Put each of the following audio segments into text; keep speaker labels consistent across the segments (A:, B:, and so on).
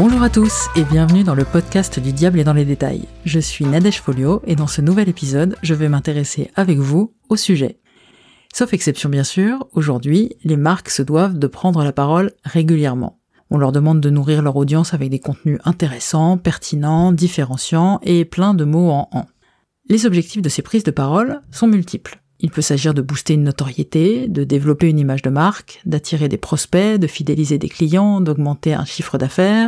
A: Bonjour à tous et bienvenue dans le podcast du Diable est dans les détails. Je suis Nadège Folio et dans ce nouvel épisode, je vais m'intéresser avec vous au sujet. Sauf exception bien sûr, aujourd'hui, les marques se doivent de prendre la parole régulièrement. On leur demande de nourrir leur audience avec des contenus intéressants, pertinents, différenciants et plein de mots en « en ». Les objectifs de ces prises de parole sont multiples. Il peut s'agir de booster une notoriété, de développer une image de marque, d'attirer des prospects, de fidéliser des clients, d'augmenter un chiffre d'affaires.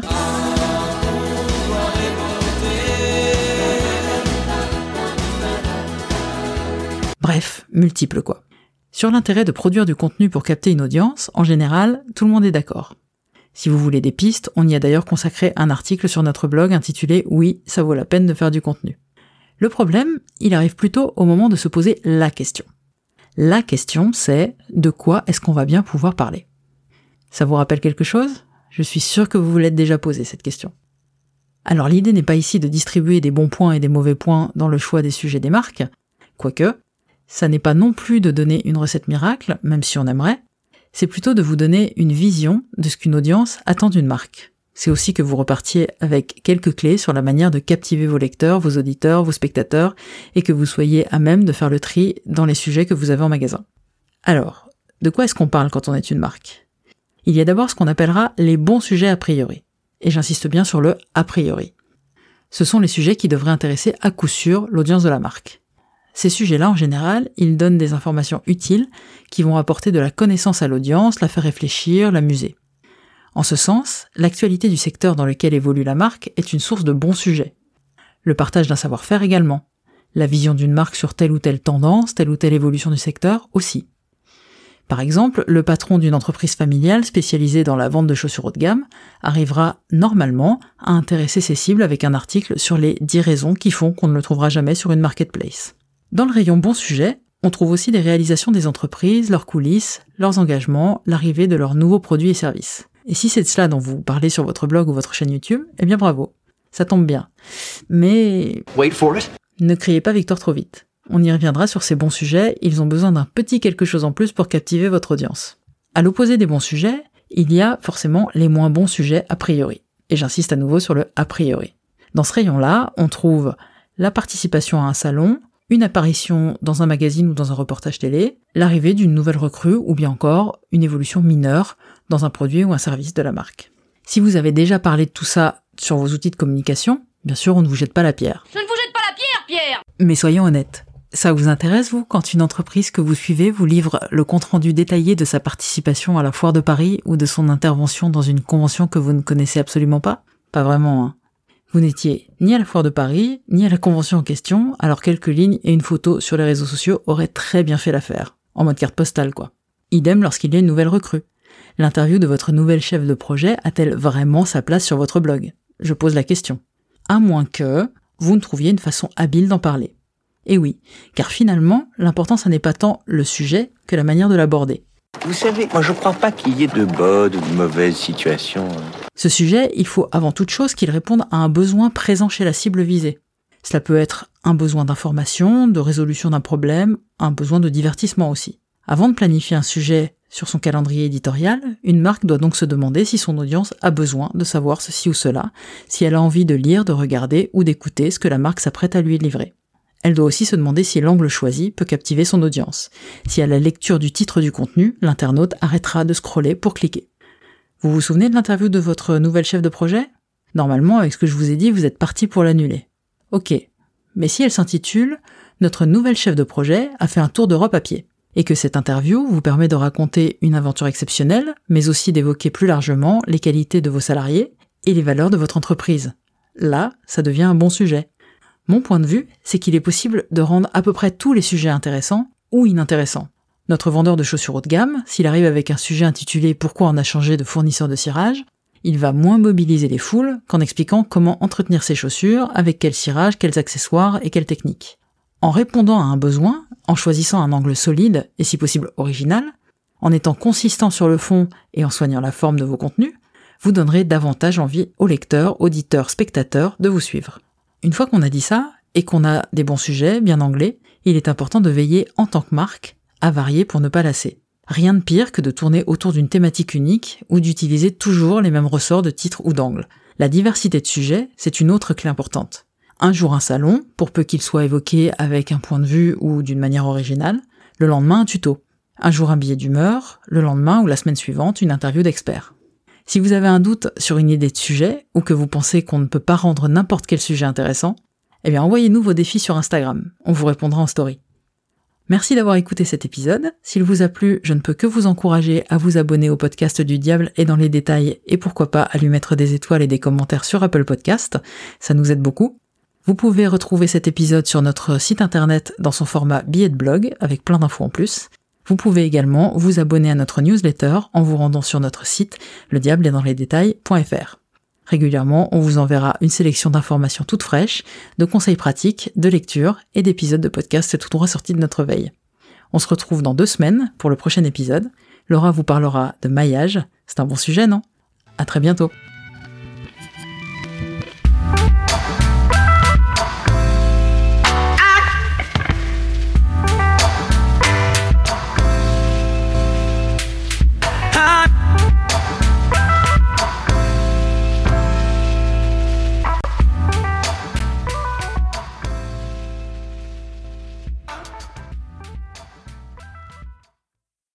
A: Bref, multiples quoi. Sur l'intérêt de produire du contenu pour capter une audience, en général, tout le monde est d'accord. Si vous voulez des pistes, on y a d'ailleurs consacré un article sur notre blog intitulé « Oui, ça vaut la peine de faire du contenu ». Le problème, il arrive plutôt au moment de se poser la question. La question, c'est de quoi est-ce qu'on va bien pouvoir parler ? Ça vous rappelle quelque chose ? Je suis sûre que vous vous l'êtes déjà posé cette question. Alors l'idée n'est pas ici de distribuer des bons points et des mauvais points dans le choix des sujets des marques, quoique, ça n'est pas non plus de donner une recette miracle, même si on aimerait, c'est plutôt de vous donner une vision de ce qu'une audience attend d'une marque. C'est aussi que vous repartiez avec quelques clés sur la manière de captiver vos lecteurs, vos auditeurs, vos spectateurs, et que vous soyez à même de faire le tri dans les sujets que vous avez en magasin. Alors, de quoi est-ce qu'on parle quand on est une marque ? Il y a d'abord ce qu'on appellera les bons sujets a priori. Et j'insiste bien sur le a priori. Ce sont les sujets qui devraient intéresser à coup sûr l'audience de la marque. Ces sujets-là, en général, ils donnent des informations utiles qui vont apporter de la connaissance à l'audience, la faire réfléchir, l'amuser. En ce sens, l'actualité du secteur dans lequel évolue la marque est une source de bons sujets. Le partage d'un savoir-faire également. La vision d'une marque sur telle ou telle tendance, telle ou telle évolution du secteur aussi. Par exemple, le patron d'une entreprise familiale spécialisée dans la vente de chaussures haut de gamme arrivera normalement à intéresser ses cibles avec un article sur les 10 raisons qui font qu'on ne le trouvera jamais sur une marketplace. Dans le rayon bons sujets, on trouve aussi des réalisations des entreprises, leurs coulisses, leurs engagements, l'arrivée de leurs nouveaux produits et services. Et si c'est de cela dont vous parlez sur votre blog ou votre chaîne YouTube, eh bien bravo, ça tombe bien. Mais
B: Wait for it.
A: Ne criez pas victoire trop vite. On y reviendra sur ces bons sujets, ils ont besoin d'un petit quelque chose en plus pour captiver votre audience. À l'opposé des bons sujets, il y a forcément les moins bons sujets a priori. Et j'insiste à nouveau sur le a priori. Dans ce rayon-là, on trouve la participation à un salon, une apparition dans un magazine ou dans un reportage télé, l'arrivée d'une nouvelle recrue ou bien encore une évolution mineure dans un produit ou un service de la marque. Si vous avez déjà parlé de tout ça sur vos outils de communication, bien sûr on ne vous jette pas la pierre.
C: Je ne vous jette pas la pierre, Pierre !
A: Mais soyons honnêtes, ça vous intéresse vous quand une entreprise que vous suivez vous livre le compte-rendu détaillé de sa participation à la foire de Paris ou de son intervention dans une convention que vous ne connaissez absolument pas ? Pas vraiment, hein. Vous n'étiez ni à la foire de Paris, ni à la convention en question, alors quelques lignes et une photo sur les réseaux sociaux auraient très bien fait l'affaire. En mode carte postale, quoi. Idem lorsqu'il y a une nouvelle recrue. L'interview de votre nouvelle chef de projet a-t-elle vraiment sa place sur votre blog ? Je pose la question. À moins que vous ne trouviez une façon habile d'en parler. Et oui, car finalement, l'important ça n'est pas tant le sujet que la manière de l'aborder.
B: Vous savez, moi je crois pas qu'il y ait de bonnes ou de mauvaises situations.
A: Ce sujet, il faut avant toute chose qu'il réponde à un besoin présent chez la cible visée. Cela peut être un besoin d'information, de résolution d'un problème, un besoin de divertissement aussi. Avant de planifier un sujet sur son calendrier éditorial, une marque doit donc se demander si son audience a besoin de savoir ceci ou cela, si elle a envie de lire, de regarder ou d'écouter ce que la marque s'apprête à lui livrer. Elle doit aussi se demander si l'angle choisi peut captiver son audience. Si à la lecture du titre du contenu, l'internaute arrêtera de scroller pour cliquer. Vous vous souvenez de l'interview de votre nouvelle chef de projet ? Normalement, avec ce que je vous ai dit, vous êtes parti pour l'annuler. Ok, mais si elle s'intitule « Notre nouvelle chef de projet a fait un tour d'Europe à pied » et que cette interview vous permet de raconter une aventure exceptionnelle, mais aussi d'évoquer plus largement les qualités de vos salariés et les valeurs de votre entreprise. Là, ça devient un bon sujet. Mon point de vue, c'est qu'il est possible de rendre à peu près tous les sujets intéressants ou inintéressants. Notre vendeur de chaussures haut de gamme, s'il arrive avec un sujet intitulé « Pourquoi on a changé de fournisseur de cirage ?», il va moins mobiliser les foules qu'en expliquant comment entretenir ses chaussures, avec quel cirage, quels accessoires et quelles techniques. En répondant à un besoin, en choisissant un angle solide et si possible original, en étant consistant sur le fond et en soignant la forme de vos contenus, vous donnerez davantage envie aux lecteurs, auditeurs, spectateurs de vous suivre. Une fois qu'on a dit ça, et qu'on a des bons sujets, bien anglais, il est important de veiller en tant que marque à varier pour ne pas lasser. Rien de pire que de tourner autour d'une thématique unique ou d'utiliser toujours les mêmes ressorts de titres ou d'angles. La diversité de sujets, c'est une autre clé importante. Un jour un salon, pour peu qu'il soit évoqué avec un point de vue ou d'une manière originale, le lendemain un tuto. Un jour un billet d'humeur, le lendemain ou la semaine suivante une interview d'expert. Si vous avez un doute sur une idée de sujet, ou que vous pensez qu'on ne peut pas rendre n'importe quel sujet intéressant, eh bien envoyez-nous vos défis sur Instagram, on vous répondra en story. Merci d'avoir écouté cet épisode. S'il vous a plu, je ne peux que vous encourager à vous abonner au podcast du Diable est dans les détails et pourquoi pas à lui mettre des étoiles et des commentaires sur Apple Podcast, ça nous aide beaucoup. Vous pouvez retrouver cet épisode sur notre site internet dans son format billet de blog avec plein d'infos en plus. Vous pouvez également vous abonner à notre newsletter en vous rendant sur notre site lediableestdansleslesdétails.fr. Régulièrement, on vous enverra une sélection d'informations toutes fraîches, de conseils pratiques, de lectures et d'épisodes de podcasts tout droit sortis de notre veille. On se retrouve dans 2 semaines pour le prochain épisode. Laura vous parlera de maillage. C'est un bon sujet, non ? À très bientôt.